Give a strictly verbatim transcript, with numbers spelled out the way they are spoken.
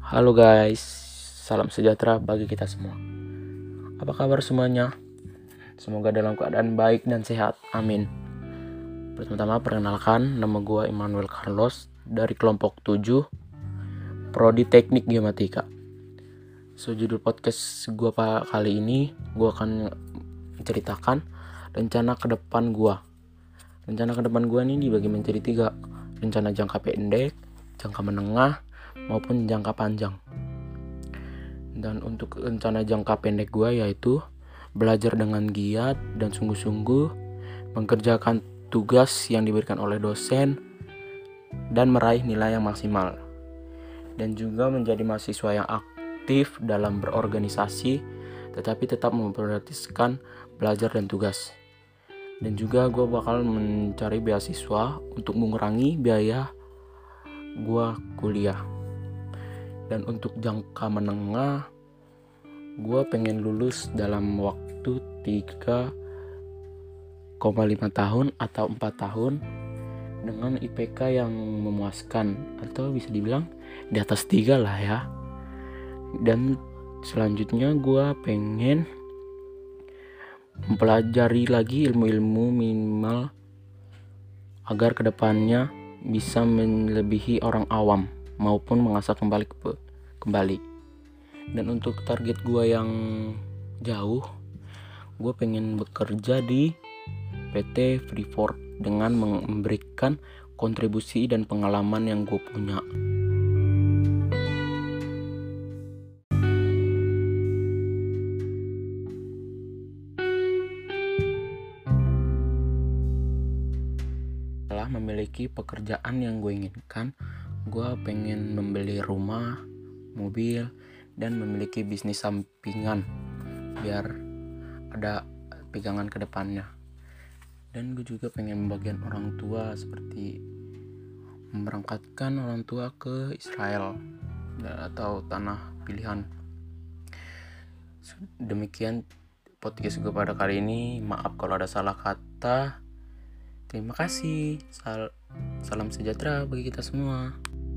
Halo guys, salam sejahtera bagi kita semua. Apa kabar semuanya? Semoga dalam keadaan baik dan sehat, amin. Pertama-tama perkenalkan, nama gue Immanuel Carlos dari kelompok tujuh Prodi Teknik Geomatika. So, judul podcast gue kali ini, gue akan menceritakan rencana ke depan gue. Rencana ke depan gue ini dibagi menjadi tiga, rencana jangka pendek, jangka menengah, maupun jangka panjang. Dan untuk rencana jangka pendek gue yaitu belajar dengan giat dan sungguh-sungguh, mengerjakan tugas yang diberikan oleh dosen, dan meraih nilai yang maksimal. Dan juga menjadi mahasiswa yang aktif dalam berorganisasi, tetapi tetap memprioritaskan belajar dan tugas. Dan juga gue bakal mencari beasiswa untuk mengurangi biaya gue kuliah. Dan untuk jangka menengah, gue pengen lulus dalam waktu tiga koma lima tahun atau empat tahun dengan I P K yang memuaskan, atau bisa dibilang di atas tiga lah ya. Dan selanjutnya gue pengen mempelajari lagi ilmu-ilmu minimal agar kedepannya bisa melebihi orang awam maupun mengasah kembali ke, kembali. Dan untuk target gue yang jauh, gue pengen bekerja di P T Freeport dengan memberikan kontribusi dan pengalaman yang gue punya. Setelah memiliki pekerjaan yang gue inginkan, gue pengen membeli rumah, mobil, dan memiliki bisnis sampingan biar ada pegangan ke depannya. Dan gue juga pengen membagian orang tua, seperti memberangkatkan orang tua ke Israel atau tanah pilihan. Demikian podcast gue pada kali ini. Maaf kalau ada salah kata. Terima kasih. Sal- salam sejahtera bagi kita semua.